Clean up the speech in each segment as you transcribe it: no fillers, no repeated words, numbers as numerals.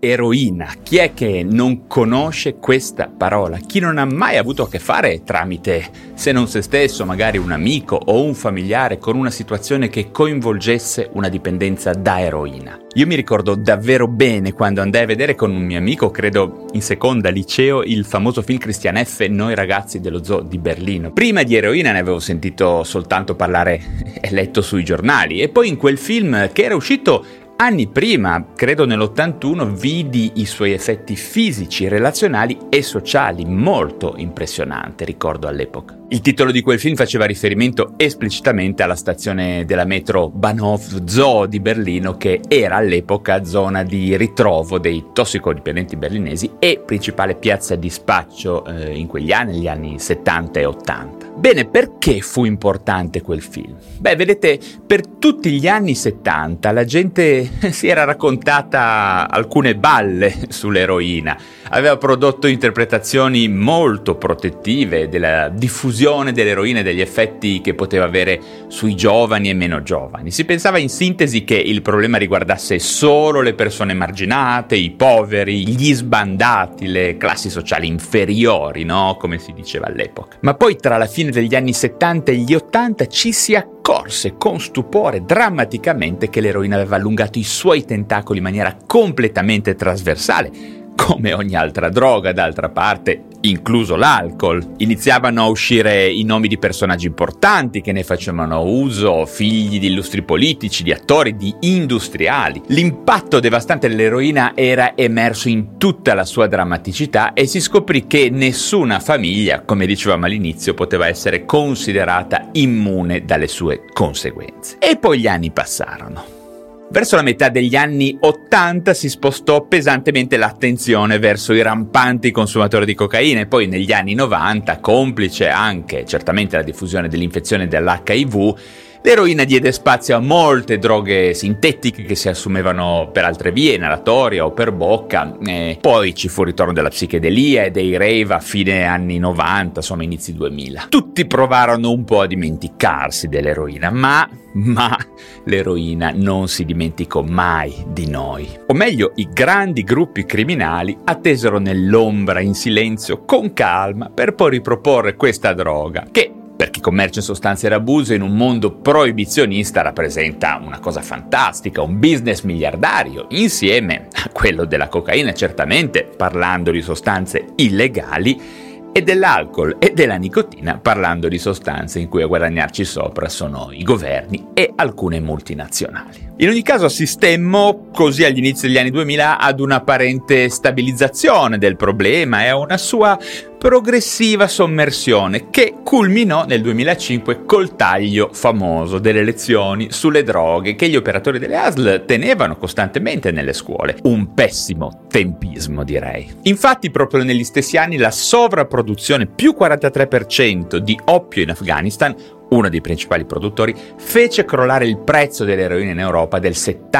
eroina. Chi è che non conosce questa parola? Chi non ha mai avuto a che fare tramite, se non se stesso, magari un amico o un familiare con una situazione che coinvolgesse una dipendenza da eroina? Io mi ricordo davvero bene quando andai a vedere con un mio amico, credo in seconda liceo, il famoso film Christian F. Noi ragazzi dello zoo di Berlino. Prima di eroina ne avevo sentito soltanto parlare e letto sui giornali, e poi in quel film, che era uscito anni prima, credo nell'81, vidi i suoi effetti fisici, relazionali e sociali, molto impressionante, ricordo all'epoca. Il titolo di quel film faceva riferimento esplicitamente alla stazione della metro Bahnhof Zoo di Berlino, che era all'epoca zona di ritrovo dei tossicodipendenti berlinesi e principale piazza di spaccio in quegli anni, negli anni 70 e 80. Bene, perché fu importante quel film? Beh, vedete, per tutti gli anni 70 la gente si era raccontata alcune balle sull'eroina, aveva prodotto interpretazioni molto protettive della diffusione dell'eroina e degli effetti che poteva avere sui giovani e meno giovani. Si pensava in sintesi che il problema riguardasse solo le persone emarginate, i poveri, gli sbandati, le classi sociali inferiori, no? Come si diceva all'epoca. Ma poi tra la fine degli anni 70 e gli 80 ci si accorse con stupore drammaticamente che l'eroina aveva allungato i suoi tentacoli in maniera completamente trasversale, come ogni altra droga, d'altra parte, incluso l'alcol. Iniziavano a uscire i nomi di personaggi importanti che ne facevano uso, figli di illustri politici, di attori, di industriali. L'impatto devastante dell'eroina era emerso in tutta la sua drammaticità e si scoprì che nessuna famiglia, come dicevamo all'inizio, poteva essere considerata immune dalle sue conseguenze. E poi gli anni passarono. Verso la metà degli anni 80 si spostò pesantemente l'attenzione verso i rampanti consumatori di cocaina e poi negli anni 90, complice anche certamente la diffusione dell'infezione dell'HIV, l'eroina diede spazio a molte droghe sintetiche che si assumevano per altre vie, inalatoria o per bocca. Poi ci fu il ritorno della psichedelia e dei rave a fine anni 90, insomma inizi 2000. Tutti provarono un po' a dimenticarsi dell'eroina, ma l'eroina non si dimenticò mai di noi. O meglio, i grandi gruppi criminali attesero nell'ombra, in silenzio, con calma, per poi riproporre questa droga, che per chi commercia in sostanze e abuso in un mondo proibizionista rappresenta una cosa fantastica, un business miliardario, insieme a quello della cocaina, certamente parlando di sostanze illegali, e dell'alcol e della nicotina, parlando di sostanze in cui a guadagnarci sopra sono i governi e alcune multinazionali. In ogni caso assistemmo, così agli inizi degli anni 2000, ad un'apparente stabilizzazione del problema e a una sua progressiva sommersione che culminò nel 2005 col taglio famoso delle lezioni sulle droghe che gli operatori delle ASL tenevano costantemente nelle scuole. Un pessimo tempismo, direi. Infatti proprio negli stessi anni la sovrapproduzione più 43% di oppio in Afghanistan, uno dei principali produttori, fece crollare il prezzo dell'eroina in Europa del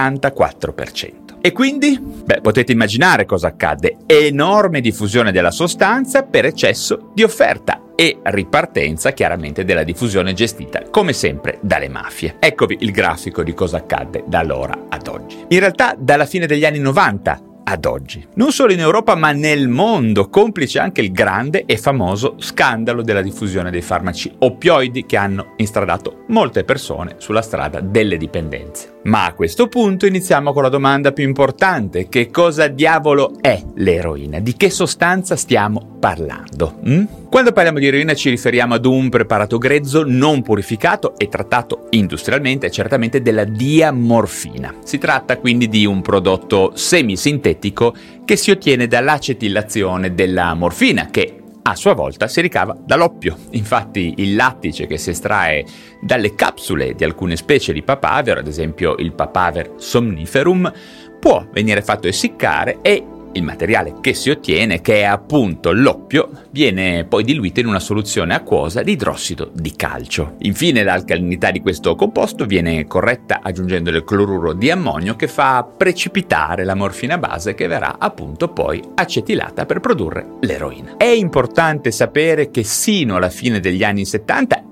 74%. E quindi? Beh, potete immaginare cosa accadde. Enorme diffusione della sostanza per eccesso di offerta e ripartenza chiaramente della diffusione gestita, come sempre, dalle mafie. Eccovi il grafico di cosa accadde da allora ad oggi. In realtà, dalla fine degli anni 90 ad oggi. Non solo in Europa ma nel mondo, complice anche il grande e famoso scandalo della diffusione dei farmaci oppioidi che hanno instradato molte persone sulla strada delle dipendenze. Ma a questo punto iniziamo con la domanda più importante: che cosa diavolo è l'eroina? Di che sostanza stiamo parlando? Quando parliamo di eroina ci riferiamo ad un preparato grezzo non purificato e trattato industrialmente, certamente della diamorfina. Si tratta quindi di un prodotto semisintetico che si ottiene dall'acetillazione della morfina, che a sua volta si ricava dall'oppio. Infatti il lattice che si estrae dalle capsule di alcune specie di papavero, ad esempio il Papaver somniferum, può venire fatto essiccare e il materiale che si ottiene, che è appunto l'oppio, viene poi diluito in una soluzione acquosa di idrossido di calcio. Infine l'alcalinità di questo composto viene corretta aggiungendo del cloruro di ammonio che fa precipitare la morfina base, che verrà appunto poi acetilata per produrre l'eroina. È importante sapere che sino alla fine degli anni 70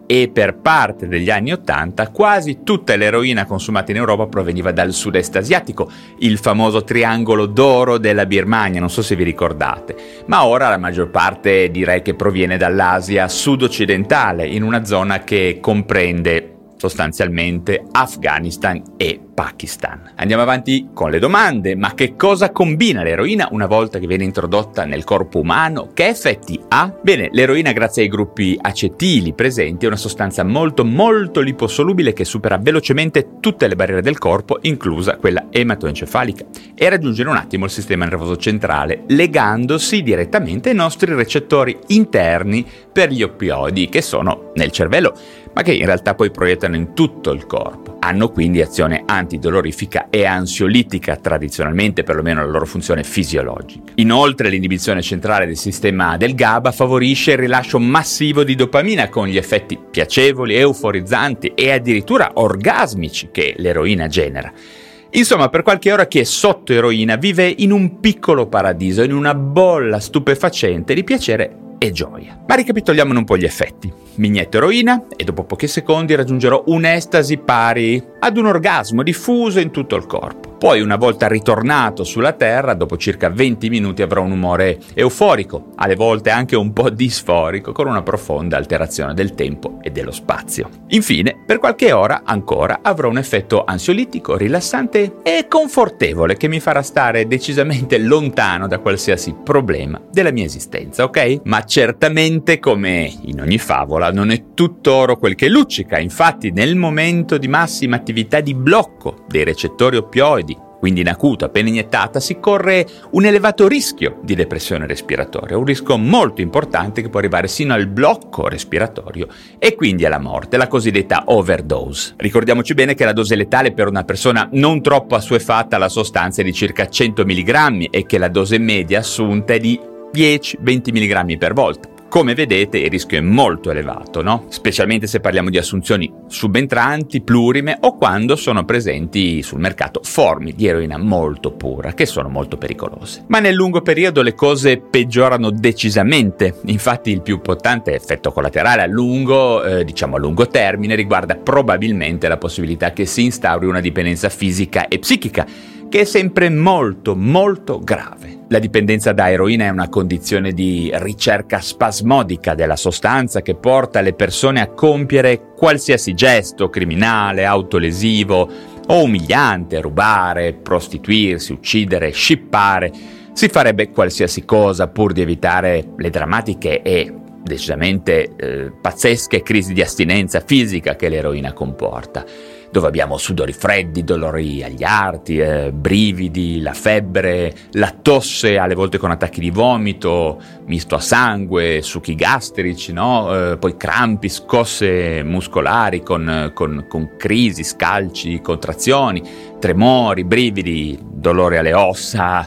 e per parte degli anni 80 quasi tutta l'eroina consumata in Europa proveniva dal sud-est asiatico, il famoso triangolo d'oro della Birmania, non so se vi ricordate, ma ora la maggior parte direi che proviene dall'Asia sud-occidentale, in una zona che comprende sostanzialmente Afghanistan e Pakistan. Andiamo avanti con le domande. Ma che cosa combina l'eroina una volta che viene introdotta nel corpo umano? Che effetti ha? Bene, l'eroina, grazie ai gruppi acetili presenti, è una sostanza molto liposolubile che supera velocemente tutte le barriere del corpo, inclusa quella ematoencefalica, e raggiunge in un attimo il sistema nervoso centrale, legandosi direttamente ai nostri recettori interni per gli oppioidi, che sono nel cervello, ma che in realtà poi proiettano in tutto il corpo. Hanno quindi azione antidolorifica e ansiolitica, tradizionalmente perlomeno la loro funzione fisiologica. Inoltre l'inibizione centrale del sistema del GABA favorisce il rilascio massivo di dopamina, con gli effetti piacevoli, euforizzanti e addirittura orgasmici che l'eroina genera. Insomma, per qualche ora chi è sotto eroina vive in un piccolo paradiso, in una bolla stupefacente di piacere e gioia. Ma ricapitoliamo un po' gli effetti. Mi inietto eroina e dopo pochi secondi raggiungerò un'estasi pari ad un orgasmo diffuso in tutto il corpo. Poi, una volta ritornato sulla Terra, dopo circa 20 minuti avrò un umore euforico, alle volte anche un po' disforico, con una profonda alterazione del tempo e dello spazio. Infine, per qualche ora ancora avrò un effetto ansiolitico, rilassante e confortevole che mi farà stare decisamente lontano da qualsiasi problema della mia esistenza, ok? Ma certamente, come in ogni favola, non è tutto oro quel che luccica. Infatti, nel momento di massima attività di blocco dei recettori oppioidi, quindi in acuto, appena iniettata, si corre un elevato rischio di depressione respiratoria, un rischio molto importante che può arrivare sino al blocco respiratorio e quindi alla morte, la cosiddetta overdose. Ricordiamoci bene che la dose letale per una persona non troppo assuefatta alla sostanza è di circa 100 mg e che la dose media assunta è di 10-20 mg per volta. Come vedete, il rischio è molto elevato, no? Specialmente se parliamo di assunzioni subentranti, plurime o quando sono presenti sul mercato forme di eroina molto pura, che sono molto pericolose. Ma nel lungo periodo le cose peggiorano decisamente. Infatti il più potente effetto collaterale a lungo termine riguarda probabilmente la possibilità che si instauri una dipendenza fisica e psichica, che è sempre molto grave. La dipendenza da eroina è una condizione di ricerca spasmodica della sostanza che porta le persone a compiere qualsiasi gesto criminale, autolesivo o umiliante, rubare, prostituirsi, uccidere, scippare. Si farebbe qualsiasi cosa pur di evitare le drammatiche e decisamente pazzesche crisi di astinenza fisica che l'eroina comporta, dove abbiamo sudori freddi, dolori agli arti, brividi, la febbre, la tosse, alle volte con attacchi di vomito, misto a sangue, succhi gastrici, no? Poi crampi, scosse muscolari con crisi, scalci, contrazioni, tremori, brividi, dolore alle ossa,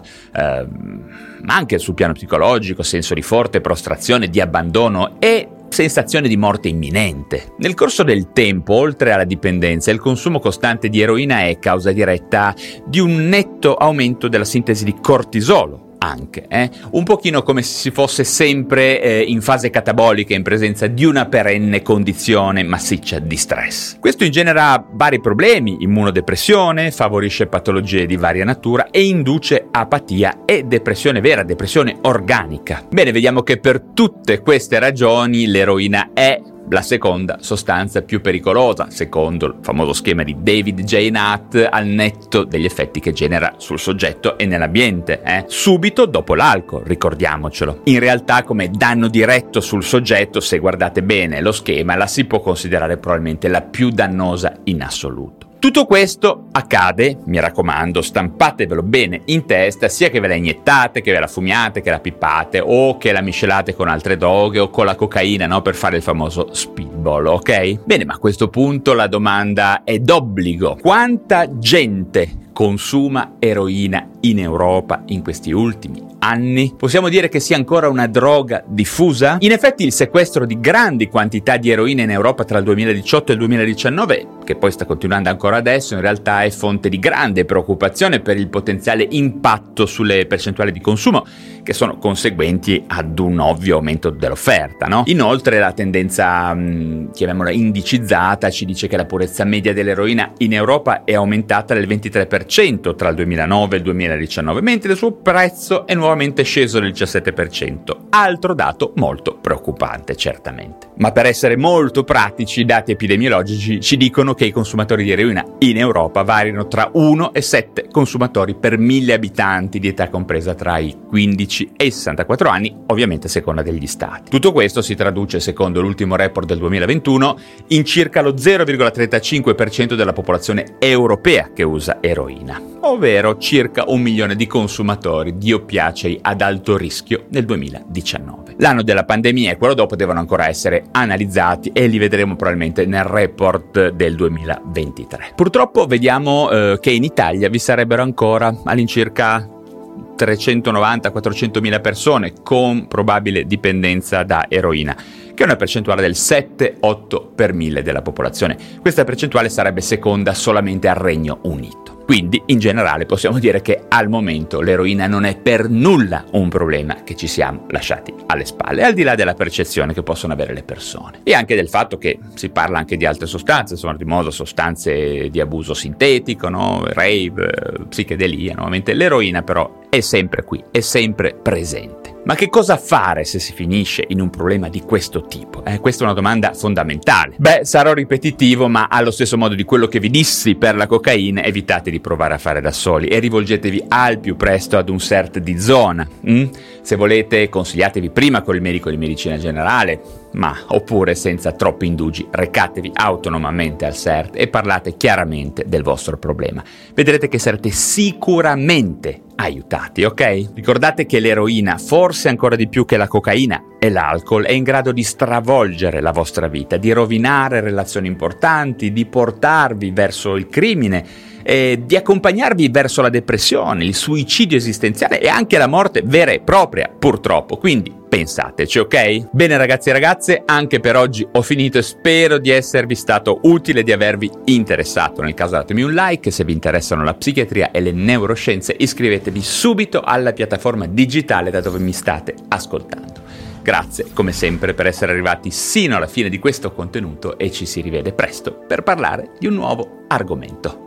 ma anche sul piano psicologico, senso di forte prostrazione, di abbandono e sensazione di morte imminente. Nel corso del tempo, oltre alla dipendenza, il consumo costante di eroina è causa diretta di un netto aumento della sintesi di cortisolo, anche, un pochino come se si fosse sempre in fase catabolica, in presenza di una perenne condizione massiccia di stress. Questo ingenera vari problemi: immunodepressione, favorisce patologie di varia natura e induce apatia e depressione vera, depressione organica. Bene, vediamo che per tutte queste ragioni l'eroina è la seconda sostanza più pericolosa, secondo il famoso schema di David J. Nutt, al netto degli effetti che genera sul soggetto e nell'ambiente, subito dopo l'alcol, ricordiamocelo. In realtà, come danno diretto sul soggetto, se guardate bene lo schema, la si può considerare probabilmente la più dannosa in assoluto. Tutto questo accade, mi raccomando, stampatevelo bene in testa, sia che ve la iniettate, che ve la fumiate, che la pippate o che la miscelate con altre droghe o con la cocaina, no? Per fare il famoso speedball, ok? Bene, ma a questo punto la domanda è d'obbligo: quanta gente consuma eroina in Europa in questi ultimi anni? Possiamo dire che sia ancora una droga diffusa? In effetti il sequestro di grandi quantità di eroina in Europa tra il 2018 e il 2019 che poi sta continuando ancora adesso, in realtà è fonte di grande preoccupazione per il potenziale impatto sulle percentuali di consumo che sono conseguenti ad un ovvio aumento dell'offerta, no? Inoltre la tendenza, chiamiamola indicizzata, ci dice che la purezza media dell'eroina in Europa è aumentata del 23% tra il 2009 e il 2019, mentre il suo prezzo è nuovamente sceso del 17%. Altro dato molto preoccupante, certamente. Ma per essere molto pratici, i dati epidemiologici ci dicono che i consumatori di eroina in Europa variano tra 1 e 7 consumatori per 1000 abitanti di età compresa tra i 15 e i 64 anni, ovviamente a seconda degli stati. Tutto questo si traduce, secondo l'ultimo report del 2021, in circa lo 0,35% della popolazione europea che usa eroina, ovvero circa 1 milione di consumatori di oppiacei ad alto rischio nel 2019. L'anno della pandemia e quello dopo devono ancora essere analizzati e li vedremo probabilmente nel report del 2023. Purtroppo vediamo che in Italia vi sarebbero ancora all'incirca 390-400 mila persone con probabile dipendenza da eroina, che è una percentuale del 7-8 per 1000 della popolazione. Questa percentuale sarebbe seconda solamente al Regno Unito. Quindi, in generale, possiamo dire che al momento l'eroina non è per nulla un problema che ci siamo lasciati alle spalle, al di là della percezione che possono avere le persone. E anche del fatto che si parla anche di altre sostanze, insomma, di modo sostanze di abuso sintetico, no? Rave, psichedelia, nuovamente. L'eroina però è sempre qui, è sempre presente. Ma che cosa fare se si finisce in un problema di questo tipo? Questa è una domanda fondamentale. Sarò ripetitivo, ma allo stesso modo di quello che vi dissi per la cocaina, evitate di provare a fare da soli e rivolgetevi al più presto ad un CERT di zona. Se volete, consigliatevi prima con il medico di medicina generale, oppure senza troppi indugi, recatevi autonomamente al CERT e parlate chiaramente del vostro problema. Vedrete che sarete sicuramente aiutati, ok? Ricordate che l'eroina, forse ancora di più che la cocaina e l'alcol, è in grado di stravolgere la vostra vita, di rovinare relazioni importanti, di portarvi verso il crimine, di accompagnarvi verso la depressione, il suicidio esistenziale e anche la morte vera e propria, purtroppo. Quindi pensateci, ok? Bene ragazzi e ragazze, anche per oggi ho finito e spero di esservi stato utile e di avervi interessato. Nel caso datemi un like, se vi interessano la psichiatria e le neuroscienze iscrivetevi subito alla piattaforma digitale da dove mi state ascoltando. Grazie come sempre per essere arrivati sino alla fine di questo contenuto e ci si rivede presto per parlare di un nuovo argomento.